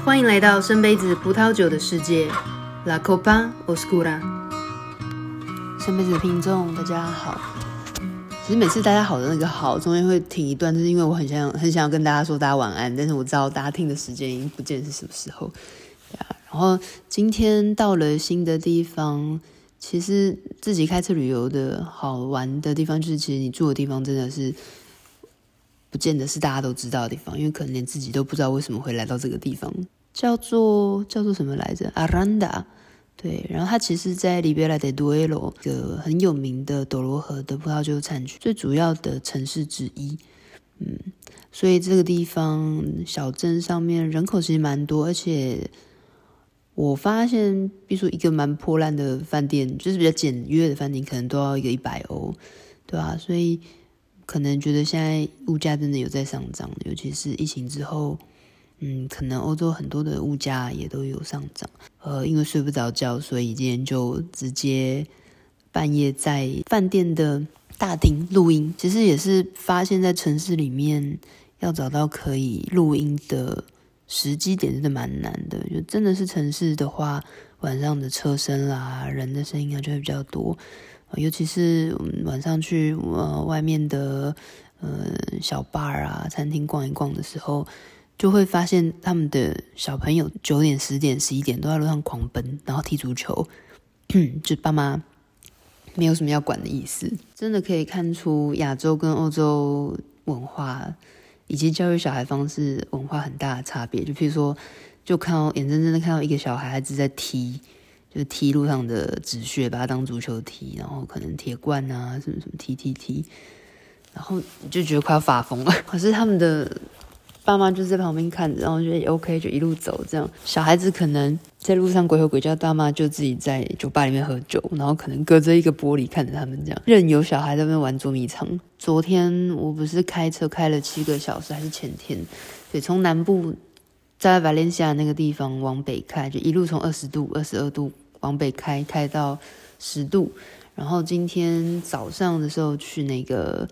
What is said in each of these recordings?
欢迎来到深杯子葡萄酒的世界 La Copa Oscura。 深杯子的听众大家好，其实每次大家好的那个好中间会停一段，就是因为我很想要跟大家说大家晚安，但是我知道大家听的时间已经不见是什么时候。然后今天到了新的地方，其实自己开车旅游的好玩的地方就是其实你住的地方真的是不见得是大家都知道的地方，因为可能连自己都不知道为什么会来到这个地方，叫做什么来着 Aranda。 对，然后它其实在 Ribera del Duero 一个很有名的斗罗河的葡萄酒产区最主要的城市之一。所以这个地方小镇上面人口其实蛮多，而且我发现比如说一个蛮破烂的饭店，就是比较简约的饭店可能都要一个100欧，对啊，所以可能觉得现在物价真的有在上涨，尤其是疫情之后，可能欧洲很多的物价也都有上涨。因为睡不着觉，所以今天就直接半夜在饭店的大厅录音。其实也是发现在城市里面要找到可以录音的时机点真的蛮难的，就真的是城市的话，晚上的车声啦、人的声音啊就会比较多。尤其是晚上去外面的小 bar 啊、餐厅逛一逛的时候，就会发现他们的小朋友9点、10点、11点都在路上狂奔，然后踢足球，就爸妈没有什么要管的意思。真的可以看出亚洲跟欧洲文化以及教育小孩方式文化很大的差别。就譬如说，就眼睁睁的看到一个小孩子在踢路上的纸屑，把它当足球踢，然后可能铁罐啊什么什么踢，然后你就觉得快要发疯了。可是他们的爸妈就在旁边看着，然后觉得也 OK， 就一路走这样。小孩子可能在路上鬼吼鬼叫，大妈就自己在酒吧里面喝酒，然后可能隔着一个玻璃看着他们这样，任由小孩在那边玩捉迷藏。昨天我不是开车开了7个小时，还是前天，对，从南部在瓦伦西亚那个地方往北开，就一路从20度、22度往北开到10度。然后今天早上的时候去那个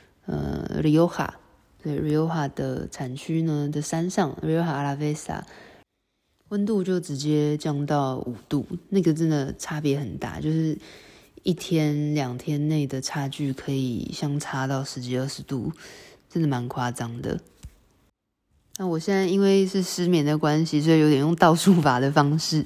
Rioja， 对 Rioja 的产区呢的山上 Rioja Alavesa， 温度就直接降到5度，那个真的差别很大，就是1天2天内的差距可以相差到10几20度，真的蛮夸张的。那我现在因为是失眠的关系，所以有点用倒数法的方式。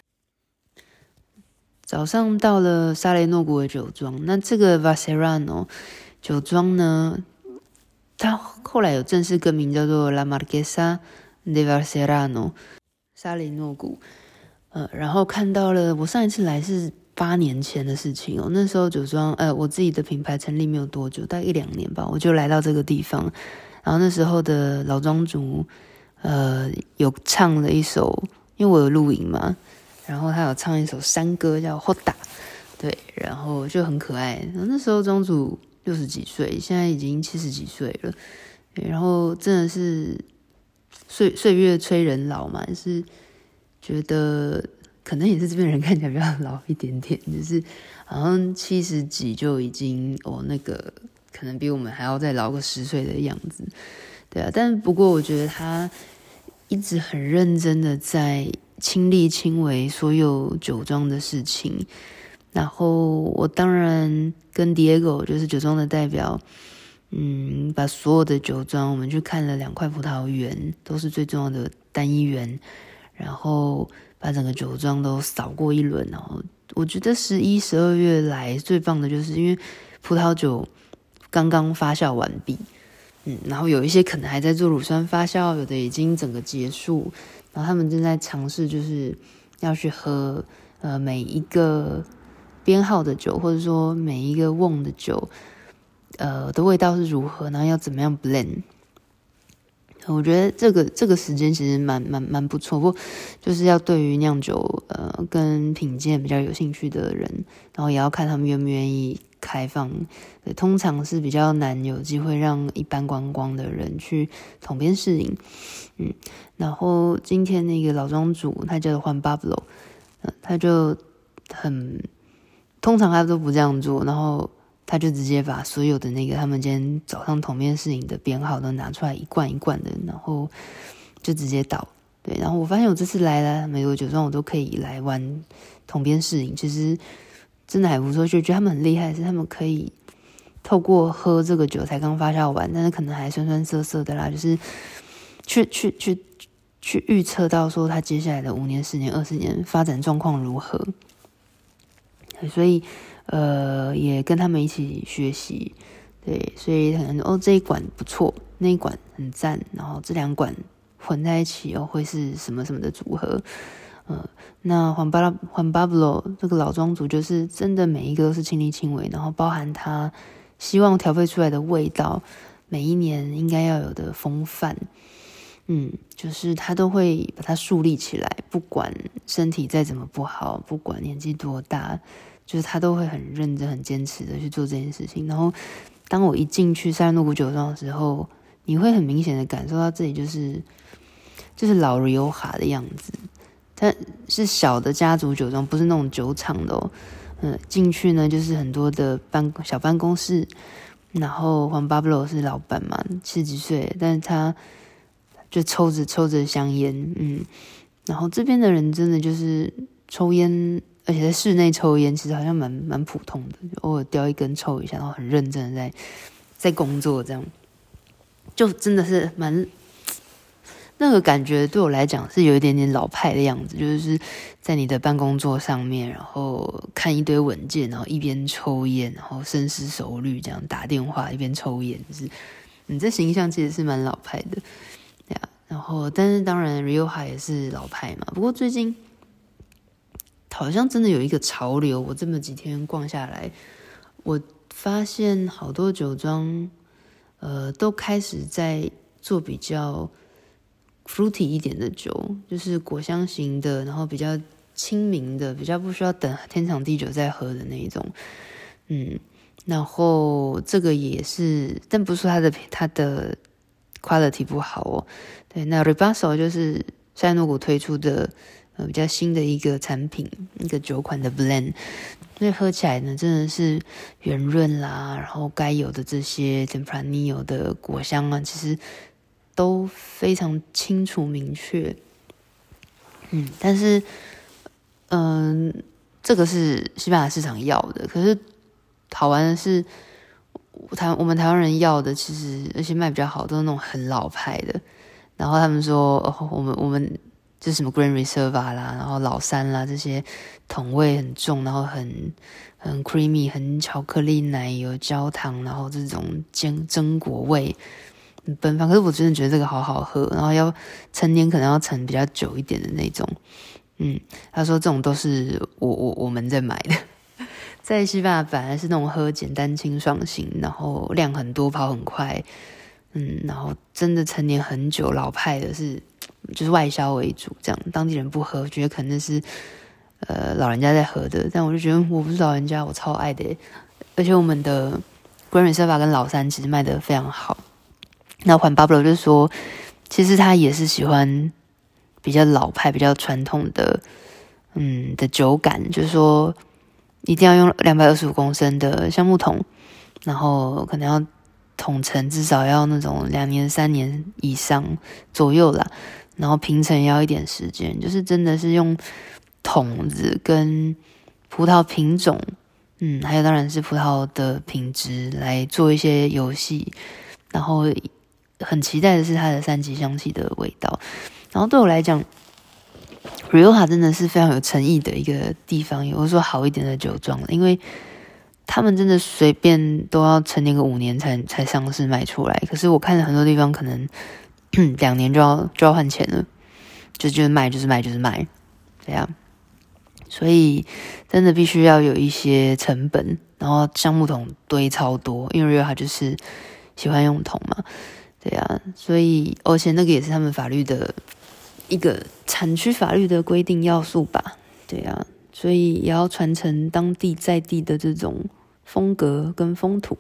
早上到了沙雷诺古的酒庄，那这个 Vaserano 酒庄呢，它后来有正式更名叫做 La Marquesa de Vaserano 沙雷诺古。然后看到了，我上一次来是8年前的事情哦。那时候酒庄我自己的品牌成立没有多久，大概1-2年吧，我就来到这个地方。然后那时候的老庄主有唱了一首，因为我有录影嘛，然后他有唱一首山歌叫 Hoda， 对，然后就很可爱。然后那时候庄主60几岁，现在已经70几岁了，对，然后真的是岁月催人老嘛，就是觉得可能也是这边人看起来比较老一点点，就是好像70几就已经那个可能比我们还要再老个10岁的样子，对啊。但不过我觉得他一直很认真的在亲力亲为所有酒庄的事情。然后我当然跟 Diego 就是酒庄的代表，把所有的酒庄我们去看了2块葡萄园，都是最重要的单一园，然后把整个酒庄都扫过一轮。然后我觉得11、12月来最棒的就是因为葡萄酒刚刚发酵完毕，然后有一些可能还在做乳酸发酵，有的已经整个结束，然后他们正在尝试就是要去喝每一个编号的酒，或者说每一个瓮的酒的味道是如何，然后要怎么样 blend。我觉得这个时间其实蛮不错，不过就是要对于酿酒跟品鉴比较有兴趣的人，然后也要看他们愿不愿意开放。通常是比较难有机会让一般观光的人去统编试饮。然后今天那个老庄主他叫做Juan Pablo，他就通常他都不这样做，然后他就直接把所有的那个他们今天早上统编试饮的编号都拿出来一罐一罐的，然后就直接倒， 对，然后我发现我这次来了美国酒庄，我都可以来玩桶边试饮，其实真的还不错，就觉得他们很厉害，是他们可以透过喝这个酒才刚发酵完，但是可能还酸酸涩涩的啦，就是去预测到说他接下来的5年、10年、20年发展状况如何，所以也跟他们一起学习，对，所以可能这一馆不错，那一馆很赞，然后这2馆混在一起会是什么什么的组合。那Juan Pablo 这个老庄主就是真的每一个都是亲力亲为，然后包含他希望调配出来的味道，每一年应该要有的风范，就是他都会把它树立起来，不管身体再怎么不好，不管年纪多大，就是他都会很认真、很坚持的去做这件事情。然后当我一进去塞尔诺古酒庄的时候，你会很明显的感受到这里就是老Rioja的样子，它是小的家族酒庄，不是那种酒厂的进去呢就是很多的小办公室，然后Juan Pablo是老板嘛，70几岁，但是他就抽着香烟，然后这边的人真的就是抽烟，而且在室内抽烟其实好像蛮普通的，就偶尔叼一根抽一下，然后很认真的在工作，这样就真的是那个感觉对我来讲是有一点点老派的样子，就是在你的办公桌上面，然后看一堆文件，然后一边抽烟，然后深思熟虑这样打电话一边抽烟，就是你这形象其实是蛮老派的，对啊。然后但是当然 Rioja 也是老派嘛，不过最近好像真的有一个潮流，我这么几天逛下来，我发现好多酒庄都开始在做比较fruity 一点的酒，就是果香型的，然后比较亲民的，比较不需要等天长地久再喝的那一种，然后这个也是，但不是说它的 quality 不好对，那 Rebaso 就是塞尔诺古推出的比较新的一个产品，一个酒款的 blend， 所以喝起来呢真的是圆润啦，然后该有的这些 Tempranillo 的果香啊，其实都非常清楚明确，但是这个是西班牙市场要的，可是好玩的是我们台湾人要的其实而且卖比较好都是那种很老派的，然后他们说我们就是什么 Grand Reserva 啦，然后老三啦，这些桶味很重，然后很 creamy， 很巧克力奶油焦糖，然后这种榛果味很奔放，可是我真的觉得这个好好喝，然后要陈年可能要陈比较久一点的那种，他说这种都是我们在买的，在西班牙本来是那种喝简单清爽型，然后量很多跑很快，然后真的陈年很久老派的就是外销为主，这样当地人不喝，觉得可能是老人家在喝的，但我就觉得我不是老人家，我超爱的耶，而且我们的 Grand Reserva 跟老三其实卖得非常好。那Juan Pablo就说，其实他也是喜欢比较老派、比较传统的，的酒感，就是说一定要用225公升的橡木桶，然后可能要桶陈至少要那种2年、3年以上左右啦，然后平陈要一点时间，就是真的是用桶子跟葡萄品种，还有当然是葡萄的品质来做一些游戏，然后很期待的是它的3级香气的味道。然后对我来讲 Rioja 真的是非常有诚意的一个地方，有说好一点的酒庄，因为他们真的随便都要陈年个5年才上市卖出来，可是我看了很多地方可能2年就要换钱了，就是卖，对啊，所以真的必须要有一些成本，然后橡木桶堆超多，因为 Rioja 就是喜欢用桶嘛，对啊，所以而且那个也是他们法律的一个产区法律的规定要素吧，对啊，所以也要传承当地在地的这种风格跟风土。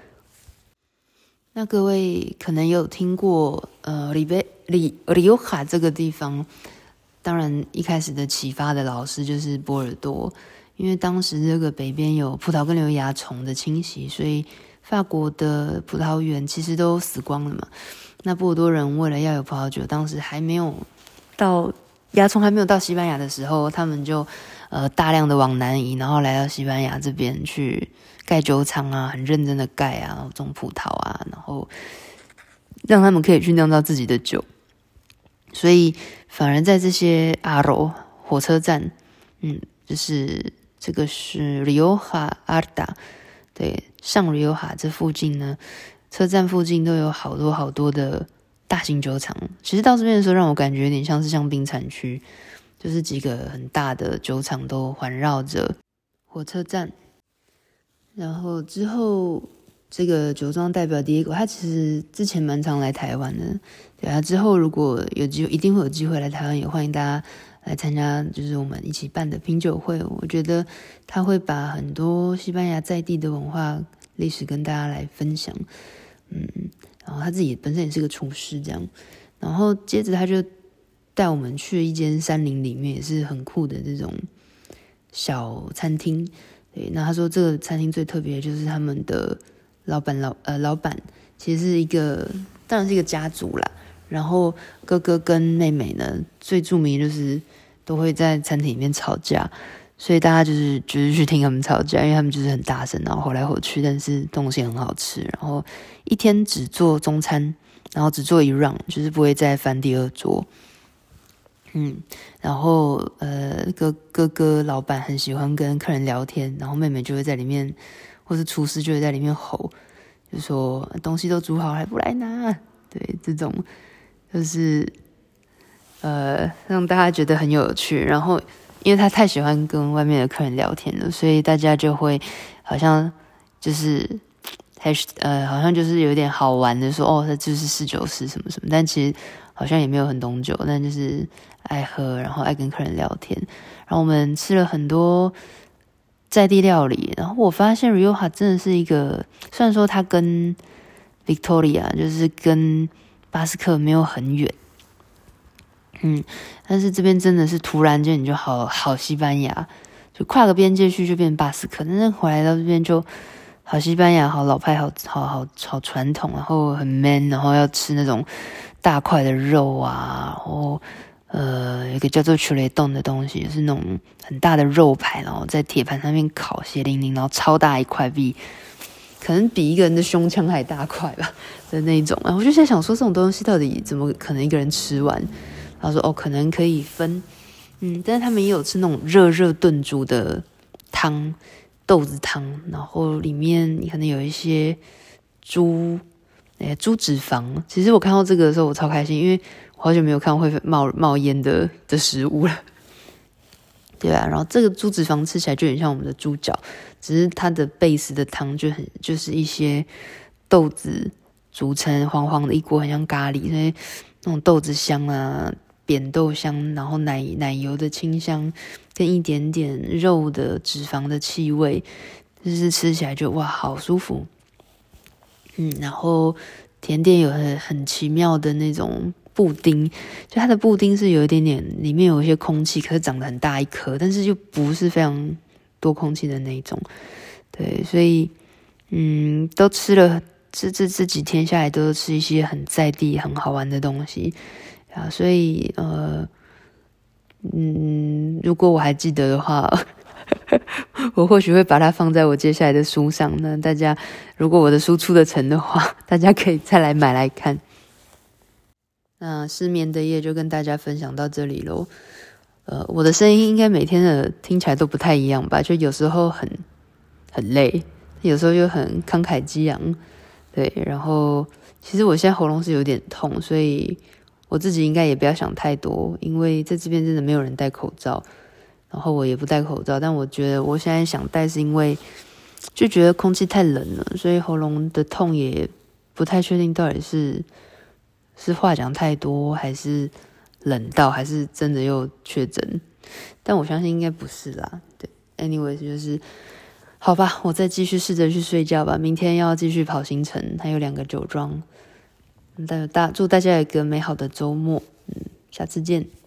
那各位可能有听过Rioja 这个地方，当然一开始的启发的老师就是波尔多，因为当时这个北边有葡萄根瘤蚜虫的侵袭，所以法国的葡萄园其实都死光了嘛。那波尔多人为了要有葡萄酒，当时还没有到蚜虫还没有到西班牙的时候，他们就大量的往南移，然后来到西班牙这边去盖酒厂啊，很认真的盖啊，然后种葡萄啊，然后让他们可以去酿造自己的酒。所以反而在这些阿罗火车站，就是这个是 Rioja Alta， 对，上 Rioja 这附近呢，车站附近都有好多好多的大型酒厂。其实到这边的时候，让我感觉有点像是冰产区，就是几个很大的酒厂都环绕着火车站。然后之后这个酒庄代表 Diego， 他其实之前蛮常来台湾的，对啊，之后如果有机会，一定会有机会来台湾，也欢迎大家来参加，就是我们一起办的品酒会。我觉得他会把很多西班牙在地的文化历史跟大家来分享，然后他自己本身也是个厨师这样，然后接着他就带我们去一间山林里面，也是很酷的这种小餐厅。对，那他说这个餐厅最特别的就是他们的老板其实是当然是一个家族啦。然后哥哥跟妹妹呢，最著名就是都会在餐厅里面吵架，所以大家就是去听他们吵架，因为他们就是很大声，然后吼来吼去，但是东西很好吃。然后一天只做中餐，然后只做一 round， 就是不会再翻第二桌。然后哥哥老板很喜欢跟客人聊天，然后妹妹就会在里面，或是厨师就会在里面吼，就说东西都煮好还不来拿，对，这种就是让大家觉得很有趣。然后因为他太喜欢跟外面的客人聊天了，所以大家就会好像就是好像就是有点好玩的说他就是侍酒师什么什么，但其实好像也没有很懂酒，但就是爱喝，然后爱跟客人聊天。然后我们吃了很多在地料理，然后我发现 Rioja 真的是一个，虽然说它跟 Victoria 就是跟巴斯克没有很远，但是这边真的是突然间你就好西班牙，就跨个边界去就变巴斯克，但是回来到这边就好西班牙，好老派，好传统，然后很 man， 然后要吃那种大块的肉啊，然后有一个叫做 chuletón 的东西，就是那种很大的肉排，然后在铁盘上面烤，血淋淋，然后超大一块，可能比一个人的胸腔还大块吧的那一种。然后我就在想说，这种东西到底怎么可能一个人吃完？然后说可能可以分，但是他们也有吃那种热炖煮的汤，豆子汤，然后里面可能有一些猪脂肪。其实我看到这个的时候我超开心，因为我好久没有看会冒烟的食物了，对啊。然后这个猪脂肪吃起来就很像我们的猪脚，只是它的 base 的汤就是一些豆子煮成黄黄的一锅，很像咖喱，所以那种豆子香啊，扁豆香，然后奶油的清香，跟一点点肉的脂肪的气味，就是吃起来就哇好舒服。然后甜点有很奇妙的那种布丁，就它的布丁是有一点点里面有一些空气，可是长得很大一颗，但是就不是非常多空气的那种。对，所以都吃了这几天下来都吃一些很在地很好玩的东西啊，所以如果我还记得的话我或许会把它放在我接下来的书上，那大家如果我的书出得成的话，大家可以再来买来看。那失眠的夜就跟大家分享到这里咯。我的声音应该每天的听起来都不太一样吧，就有时候很累，有时候又很慷慨激昂，对。然后其实我现在喉咙是有点痛，所以我自己应该也不要想太多，因为在这边真的没有人戴口罩，然后我也不戴口罩，但我觉得我现在想戴是因为就觉得空气太冷了，所以喉咙的痛也不太确定到底是话讲太多，还是冷到，还是真的又确诊，但我相信应该不是啦。对 ，anyways 就是好吧，我再继续试着去睡觉吧，明天要继续跑行程，还有2个酒庄。祝大家有一个美好的周末，下次见。